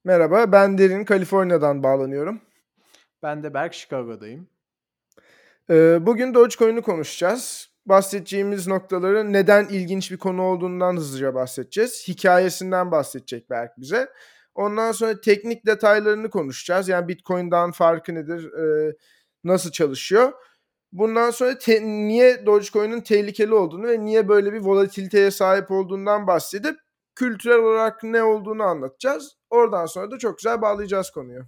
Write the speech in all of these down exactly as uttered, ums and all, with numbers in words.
Merhaba, ben Derin, Kaliforniya'dan bağlanıyorum. Ben de Berk, Chicago'dayım. Eee, bugün Dogecoin'i konuşacağız. Bahsedeceğimiz noktaları neden ilginç bir konu olduğundan hızlıca bahsedeceğiz. Hikâyesinden bahsedecek Berk bize. Ondan sonra teknik detaylarını konuşacağız. Yani Bitcoin'den farkı nedir, eee, nasıl çalışıyor? Bundan sonra te niye Dogecoin'in tehlikeli olduğunu ve niye böyle bir volatiliteye sahip olduğundan bahsedip kültürel olarak ne olduğunu anlatacağız. Oradan sonra da çok güzel bağlayacağız konuyu.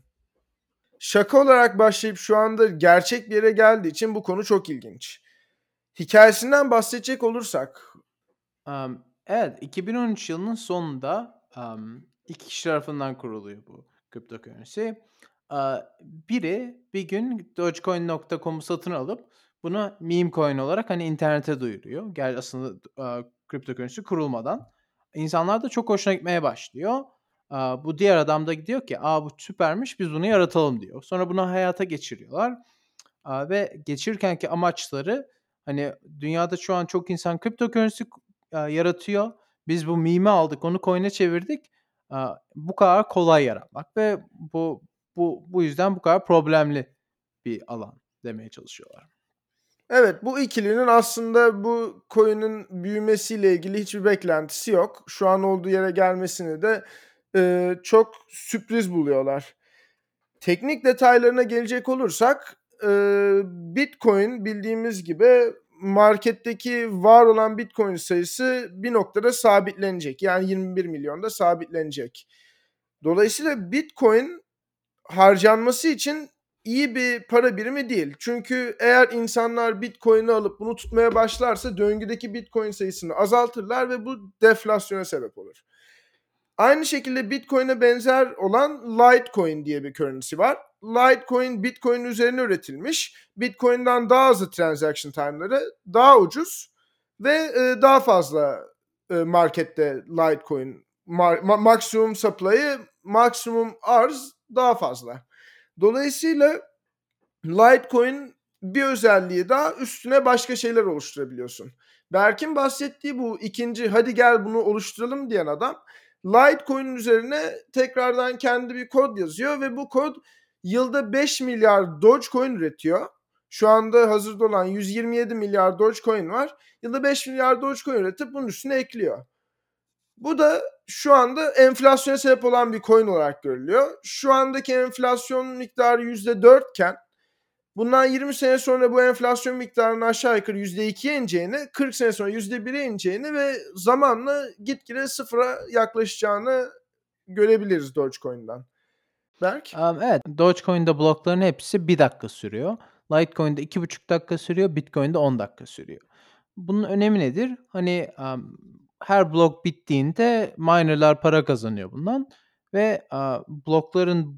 Şaka olarak başlayıp şu anda gerçek bir yere geldiği için bu konu çok ilginç. Hikâyesinden bahsedecek olursak Emm, evet, iki bin on üç yılının sonunda, emm, iki kişi tarafından kuruluyor bu cryptocurrency. Aaa, biri bir gün dogecoin nokta com'u satın alıp bunu meme coin olarak, hani, internete duyuruyor. Ger aslında d aaa, cryptocurrency kurulmadan. İnsanlar da çok hoşuna gitmeye başlıyor. Aaa, bu diğer adam da diyor ki, "A, bu süpermiş, biz bunu yaratalım." diyor. Sonra bunu hayata geçiriyorlar. Aaa, ve geçirirkenki amaçları, hani, dünyada şu an çok insan cryptocurrency ku aaa, yaratıyor. Biz bu meme'i aldık, onu coin'e çevirdik. Aaa, bu kadar kolay yaratmak ve bu bu bu yüzden bu kadar problemli bir alan demeye çalışıyorlar. evet, bu ikilinin aslında bu coin'in büyümesiyle ilgili hiçbir beklentisi yok. Şu an olduğu yere gelmesini de, eee, çok sürpriz buluyorlar. Teknik detaylarına gelecek olursak, eee, Bitcoin bildiğimiz gibi marketteki var olan Bitcoin sayısı bir noktada sabitlenecek. Yani yirmi bir milyonda sabitlenecek. Dolayısıyla Bitcoin harcanması için iyi bir para birimi değil. Çünkü eğer insanlar Bitcoin'i alıp bunu tutmaya başlarsa döngüdeki Bitcoin sayısını azaltırlar ve bu deflasyona sebep olur. Aynı şekilde Bitcoin'e benzer olan Litecoin diye bir currency var. Litecoin Bitcoin üzerine üretilmiş. Bitcoin'den daha hızlı transaction time'ları, daha ucuz ve e, daha fazla e, markette Litecoin mar- ma- maksimum supply'ı, maksimum arz daha fazla. Dolayısıyla Litecoin bir özelliği daha üstüne başka şeyler oluşturabiliyorsun. Berk'in bahsettiği bu ikinci hadi gel bunu oluşturalım diyen adam Litecoin'in üzerine tekrardan kendi bir kod yazıyor ve bu kod yılda beş milyar Dogecoin üretiyor. Şu anda hazırda olan yüz yirmi yedi milyar Dogecoin var. Yılda beş milyar Dogecoin üretip bunun üstüne ekliyor. Bu da şu anda enflasyona sebep olan bir coin olarak görülüyor. Şu andaki enflasyon miktarı yüzde dört iken bundan yirmi sene sonra bu enflasyon miktarının aşağı yukarı yüzde ikiye ineceğini, kırk sene sonra yüzde bire ineceğini ve zamanla gitgide sıfıra yaklaşacağını görebiliriz Dogecoin'den. Berk? Emm, evet, Dogecoin'de blokların hepsi bir dakika sürüyor. Litecoin'de iki buçuk dakika sürüyor, Bitcoin'de on dakika sürüyor. Bunun önemi nedir? Hani, emm, her blok bittiğinde miner'lar para kazanıyor bundan ve, aaa, blokların,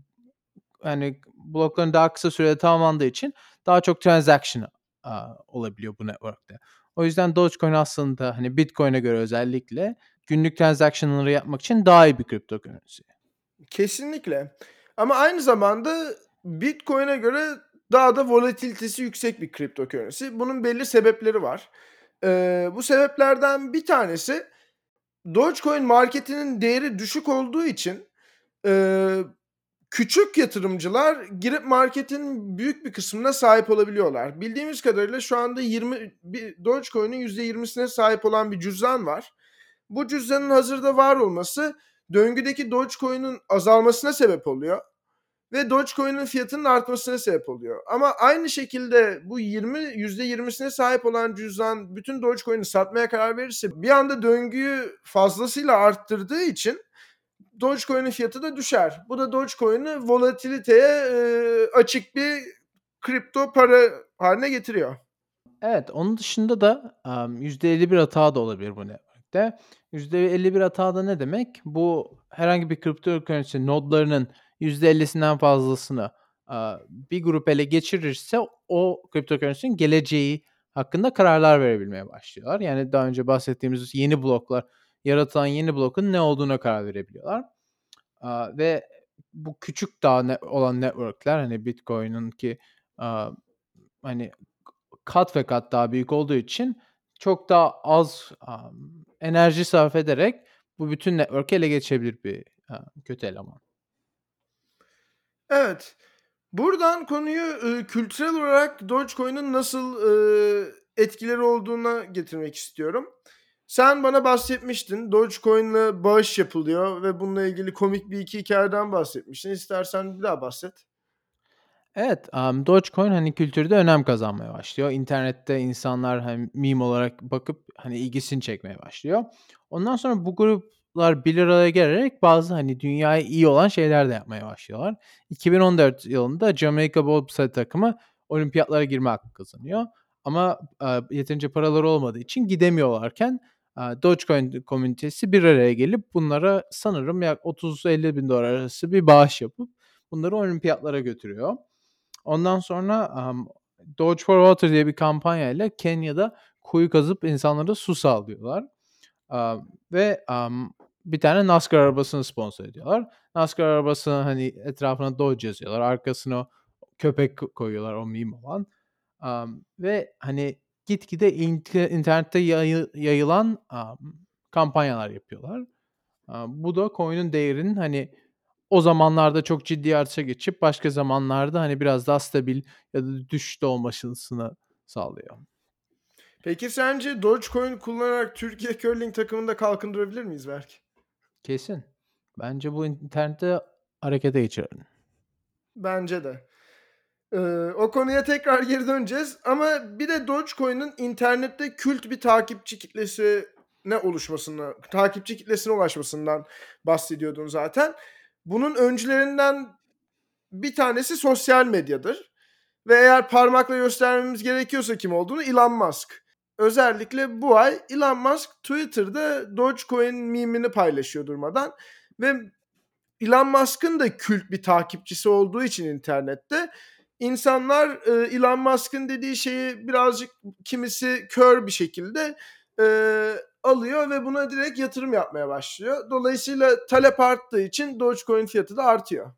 hani, blokların daha kısa sürede tamamlandığı için daha çok transaction, aaa, olabiliyor bu network'te. O yüzden Dogecoin aslında, hani, Bitcoin'e göre özellikle günlük transaction'ları yapmak için daha iyi bir cryptocurrency. Kesinlikle. Ama aynı zamanda Bitcoin'e göre daha da volatilitesi yüksek bir kripto currency. Bunun belli sebepleri var. Eee, bu sebeplerden bir tanesi Dogecoin marketinin değeri düşük olduğu için, eee, küçük yatırımcılar girip marketin büyük bir kısmına sahip olabiliyorlar. Bildiğimiz kadarıyla şu anda yirmi bir Dogecoin'in yüzde yirmisine sahip olan bir cüzdan var. Bu cüzdanın hazırda var olması döngüdeki Dogecoin'in azalmasına sebep oluyor ve Dogecoin'in fiyatının artmasına sebep oluyor. Ama aynı şekilde bu yirmi yüzde yirmisine sahip olan cüzdan bütün Dogecoin'i satmaya karar verirse bir anda döngüyü fazlasıyla arttırdığı için Dogecoin'in fiyatı da düşer. Bu da Dogecoin'i volatiliteye, eee, açık bir kripto para haline getiriyor. Evet, onun dışında da, emm, yüzde elli bir hata da olabilir bu network'te. yüzde elli bir hata da ne demek? Bu herhangi bir cryptocurrency nodlarının yüzde ellisinden fazlasını, aaa, bir grup ele geçirirse o cryptocurrency'nin geleceği hakkında kararlar verebilmeye başlıyorlar. Yani daha önce bahsettiğimiz yeni bloklar, yaratılan yeni blokun ne olduğuna karar verebiliyorlar. Aaa, ve bu küçük daha ne olan network'ler, hani, Bitcoin'inki, aaa, hani, kat ve kat daha büyük olduğu için çok daha az, amm, enerji sarf ederek bu bütün network'ü ele geçirebilir bir, aaa, kötü eleman. Evet. Buradan konuyu, ııı, kültürel olarak Dogecoin'in nasıl, ııı, etkileri olduğuna getirmek istiyorum. Sen bana bahsetmiştin. Dogecoin'le bağış yapılıyor ve bununla ilgili komik bir iki hikâyeden bahsetmiştin. İstersen bir daha bahset. Evet, emm, Dogecoin, hani, kültürde önem kazanmaya başlıyor. İnternette insanlar, hani, meme olarak bakıp, hani, ilgisini çekmeye başlıyor. Ondan sonra bu gruplar bir araya gelerek bazı, hani, dünyaya iyi olan şeyler de yapmaya başlıyorlar. iki bin on dört yılında Jamaica Bobsled takımı olimpiyatlara girme hakkı kazanıyor ama, eee, yeterince paraları olmadığı için gidemiyorlarken, aaa, Dogecoin komünitesi bir araya gelip bunlara sanırım yak otuz elli bin dolar arası bir bağış yapıp bunları olimpiyatlara götürüyor. Ondan sonra, emm, Doge for Water diye bir kampanyayla Kenya'da kuyu kazıp insanlara su sağlıyorlar. Amm, ve, emm, bir tane NASCAR arabasını sponsor ediyorlar. NASCAR arabasının, hani, etrafına Doge yazıyorlar. Arkasına köpek ko koyuyorlar, o meme olan. Amm, ve, hani, gitgide inti internette yayı yayılan, amm, kampanyalar yapıyorlar. Aaa, bu da coin'in değerinin, hani, o zamanlarda çok ciddi artışa geçip başka zamanlarda, hani, biraz daha stabil ya da düşüşte olmasını sağlıyor. Peki sence Dogecoin kullanarak Türkiye Curling takımını da kalkındırabilir miyiz belki? Kesin. Bence bu internette harekete geçirir. Bence de. Iıı, o konuya tekrar geri döneceğiz ama bir de Dogecoin'in internette kült bir takipçi kitlesine oluşmasını, takipçi kitlesine ulaşmasından bahsediyordun zaten. Bunun öncülerinden bir tanesi sosyal medyadır ve eğer parmakla göstermemiz gerekiyorsa kim olduğunu Elon Musk. Özellikle bu ay Elon Musk Twitter'da Dogecoin meme'ini paylaşıyor durmadan ve Elon Musk'ın da kült bir takipçisi olduğu için internette insanlar, eee, Elon Musk'ın dediği şeyi birazcık kimisi kör bir şekilde, eee, alıyor ve buna direkt yatırım yapmaya başlıyor. Dolayısıyla talep arttığı için Dogecoin fiyatı da artıyor.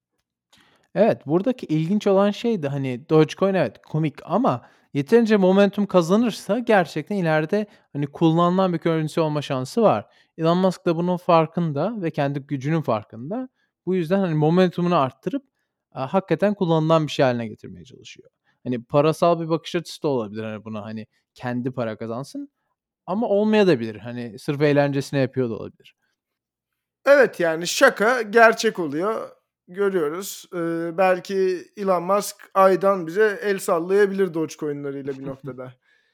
Evet, buradaki ilginç olan şey de, hani, Dogecoin evet, komik ama yeterince momentum kazanırsa gerçekten ileride, hani, kullanılan bir currency olma şansı var. Elon Musk da bunun farkında ve kendi gücünün farkında. Bu yüzden, hani, momentumunu arttırıp, aaa, hakikaten kullanılan bir şey hâline getirmeye çalışıyor. Hani, parasal bir bakış açısı da olabilir, hani, buna, hani, kendi para kazansın ama olmayabilir. Hani, sırf eğlencesine yapıyor da olabilir. Evet, yani şaka gerçek oluyor. Görüyoruz. Eee, belki Elon Musk aydan bize el sallayabilir Dogecoin'leriyle bir noktada.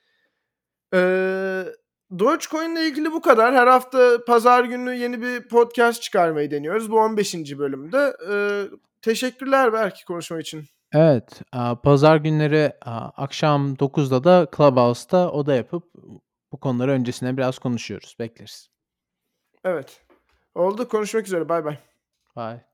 Eee, Dogecoin'le ilgili bu kadar. Her hafta pazar günü yeni bir podcast çıkarmayı deniyoruz. Bu on beşinci bölümde. Eee, teşekkürler belki konuşma için. Evet, aaa, pazar günleri, aaa, akşam dokuzda da Clubhouse'da oda yapıp bu konuları öncesinde biraz konuşuyoruz. Bekleriz. Evet. Oldu. Konuşmak üzere. Baybay. Bye.